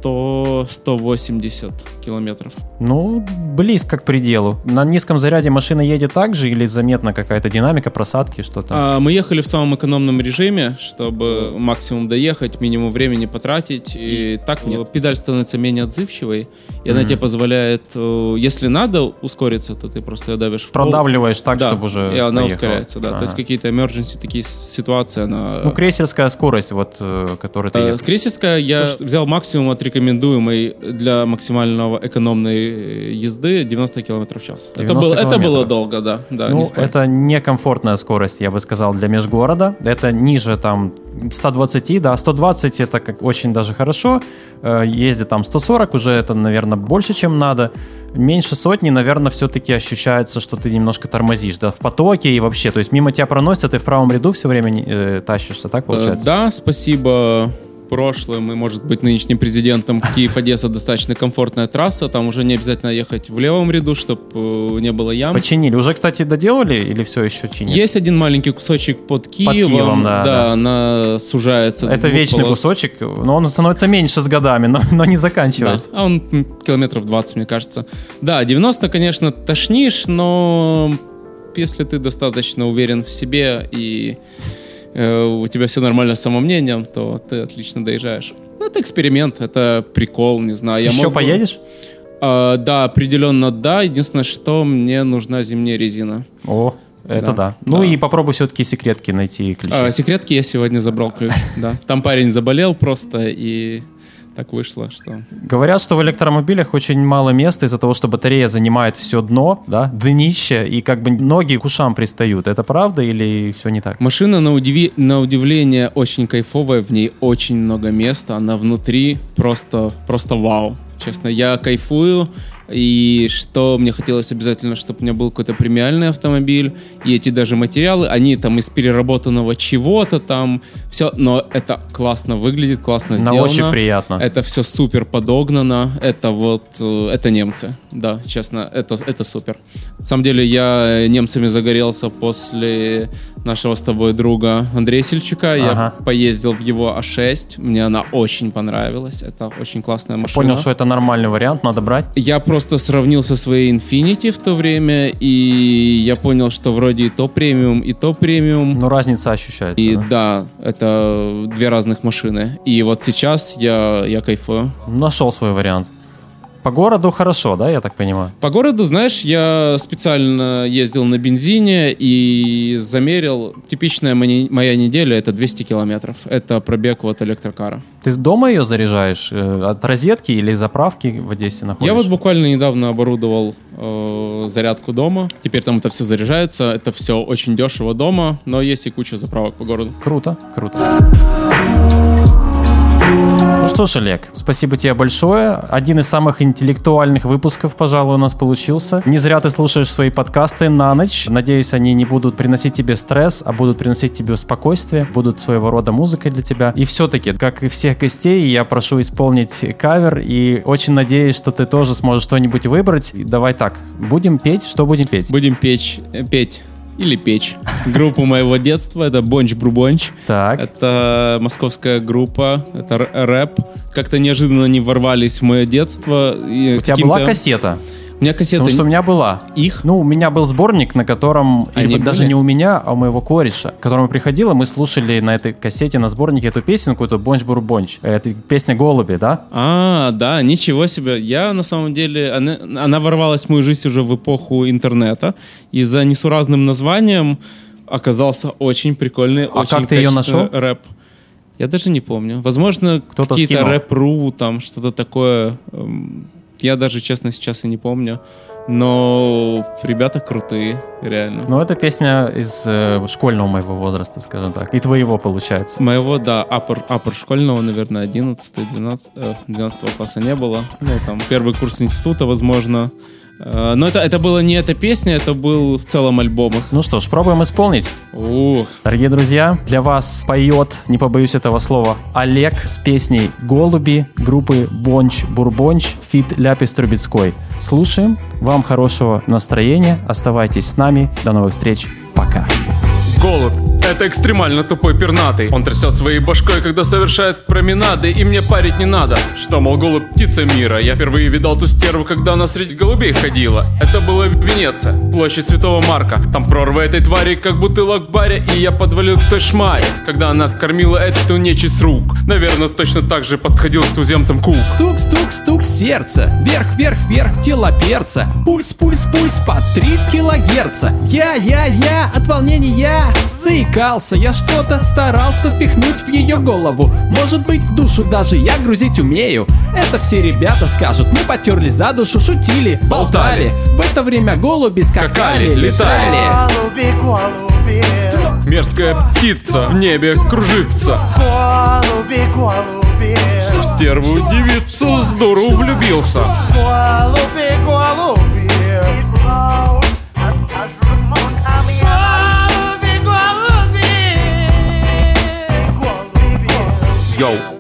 180 километров. Близко к пределу. На низком заряде машина едет так же или заметна какая-то динамика, просадки, что-то? Мы ехали в самом экономном режиме, чтобы максимум доехать, минимум времени потратить, и так нет. Педаль становится менее отзывчивой, и она тебе позволяет, если надо ускориться, то ты просто ее давишь в пол. Продавливаешь так, чтобы уже и она поехала. Ускоряется, да. То есть какие-то emergency такие ситуации, она... крейсерская скорость, которую ты едешь. Крейсерская я взял максимум от рекомендуемой для максимального экономной езды 90 км в час. Это было долго, да. Это некомфортная скорость, я бы сказал, для межгорода. Это ниже 120, да, 120 это очень даже хорошо. Ездит 140, уже это, наверное, больше, чем надо. Меньше сотни, наверное, все-таки ощущается, что ты немножко тормозишь, да, в потоке и вообще. То есть мимо тебя проносятся, ты в правом ряду все время тащишься, так получается? Да, спасибо прошлым и, может быть, нынешним президентом. Киев-Одесса достаточно комфортная трасса, там уже не обязательно ехать в левом ряду, чтобы не было ям. Починили. Уже, кстати, доделали или все еще чинят? Есть один маленький кусочек под Киевом. Да, она сужается. Это вечный кусочек, но он становится меньше с годами, но не заканчивается. Да, он километров 20, мне кажется. Да, 90, конечно, тошнишь, но если ты достаточно уверен в себе и у тебя все нормально с самомнением, то ты отлично доезжаешь. Это эксперимент, это прикол, не знаю. Еще поедешь? Да, определенно да. Единственное, что мне нужна зимняя резина. Это да. И попробуй все-таки секретки найти ключи. Секретки я сегодня забрал ключ, да. Там парень заболел просто, и так вышло, что... Говорят, что в электромобилях очень мало места из-за того, что батарея занимает все дно, да, днище, и ноги к ушам пристают. Это правда или все не так? Машина, на удивление, очень кайфовая, в ней очень много места, она внутри просто вау. Честно, я кайфую, и что мне хотелось обязательно, чтобы у меня был какой-то премиальный автомобиль, и эти даже материалы, они там из переработанного чего-то там, все, но это классно выглядит, классно сделано. Очень приятно. Это все супер подогнано, это немцы, да, честно, это супер. На самом деле я немцами загорелся после нашего с тобой друга Андрея Сельчука, я поездил в его А6, мне она очень понравилась, это очень классная машина. Понял, что это нормальный вариант, надо брать? Я просто сравнил со своей Infiniti в то время, и я понял, что вроде и то премиум, и то премиум. Разница ощущается. И да, это две разных машины. И вот сейчас я кайфую. Нашел свой вариант. По городу хорошо, да, я так понимаю? По городу, знаешь, я специально ездил на бензине и замерил. Типичная моя неделя — это 200 километров. Это пробег от электрокара. Ты дома ее заряжаешь? От розетки или заправки в Одессе находишь? Я вот буквально недавно оборудовал зарядку дома. Теперь там это все заряжается. Это все очень дешево дома, но есть и куча заправок по городу. Круто. Ну что ж, Олег, спасибо тебе большое. Один из самых интеллектуальных выпусков, пожалуй, у нас получился. Не зря ты слушаешь свои подкасты на ночь. Надеюсь, они не будут приносить тебе стресс, а будут приносить тебе спокойствие, будут своего рода музыкой для тебя. И все-таки, как и всех гостей, я прошу исполнить кавер, и очень надеюсь, что ты тоже сможешь что-нибудь выбрать. Давай так, будем петь? Что будем петь? Будем петь. Или печь. Группу моего детства, это Бонч-Брубонч. Так. Это московская группа, это рэп. Как-то неожиданно они ворвались в мое детство. У тебя была кассета? У меня кассета... Потому что у меня была. Их? У меня был сборник, на котором... Они даже не у меня, а у моего кореша, к которому приходила, мы слушали на этой кассете, на сборнике эту песенку, эту «Бонч-Бурбонч». Это песня «Голуби», да? Да, ничего себе. Я, на самом деле... Она ворвалась в мою жизнь уже в эпоху интернета. И за несуразным названием оказался очень прикольный, очень как ты ее нашел? Рэп. Я даже не помню. Возможно, кто-то какие-то скинул. рэп.ру, там что-то такое... Я даже, честно, сейчас и не помню. Но ребята крутые, реально. Ну, это песня из школьного моего возраста, скажем так. И твоего, получается. Моего, да, аппер школьного, наверное, 11 12 класса не было. Ну, там, первый курс института, возможно. Но это было не эта песня, это был в целом альбом. Ну что ж, пробуем исполнить. Дорогие друзья, для вас поет, не побоюсь этого слова, Олег с песней «Голуби» группы Бонч Бурбонч фит Ляпис Трубецкой. Слушаем, вам хорошего настроения, оставайтесь с нами, до новых встреч, пока. Голубь — это экстремально тупой пернатый. Он трясет своей башкой, когда совершает променады. И мне парить не надо, что, мол, голубь — птица мира. Я впервые видал ту стерву, когда она среди голубей ходила. Это было Венеция, площадь Святого Марка. Там прорва этой твари, как бутылок в баре. И я подвалил к той шмаре, когда она кормила эту нечисть рук. Наверное, точно так же подходил к туземцам Кук. Стук, стук, стук сердца, вверх, вверх, вверх, тело перца. Пульс, пульс, пульс по 3 килогерца. Я, от волнения заикался, я что-то старался впихнуть в ее голову. Может быть, в душу даже я грузить умею. Это все ребята скажут, мы потерли за душу, шутили, болтали. В это время голуби скакали, летали. Голуби, голуби, Мерзкая птица в небе кружится. голуби, голуби, В стерву девицу здорово влюбился. голуби, голуби, голуби, голуби, голуби. Йоу.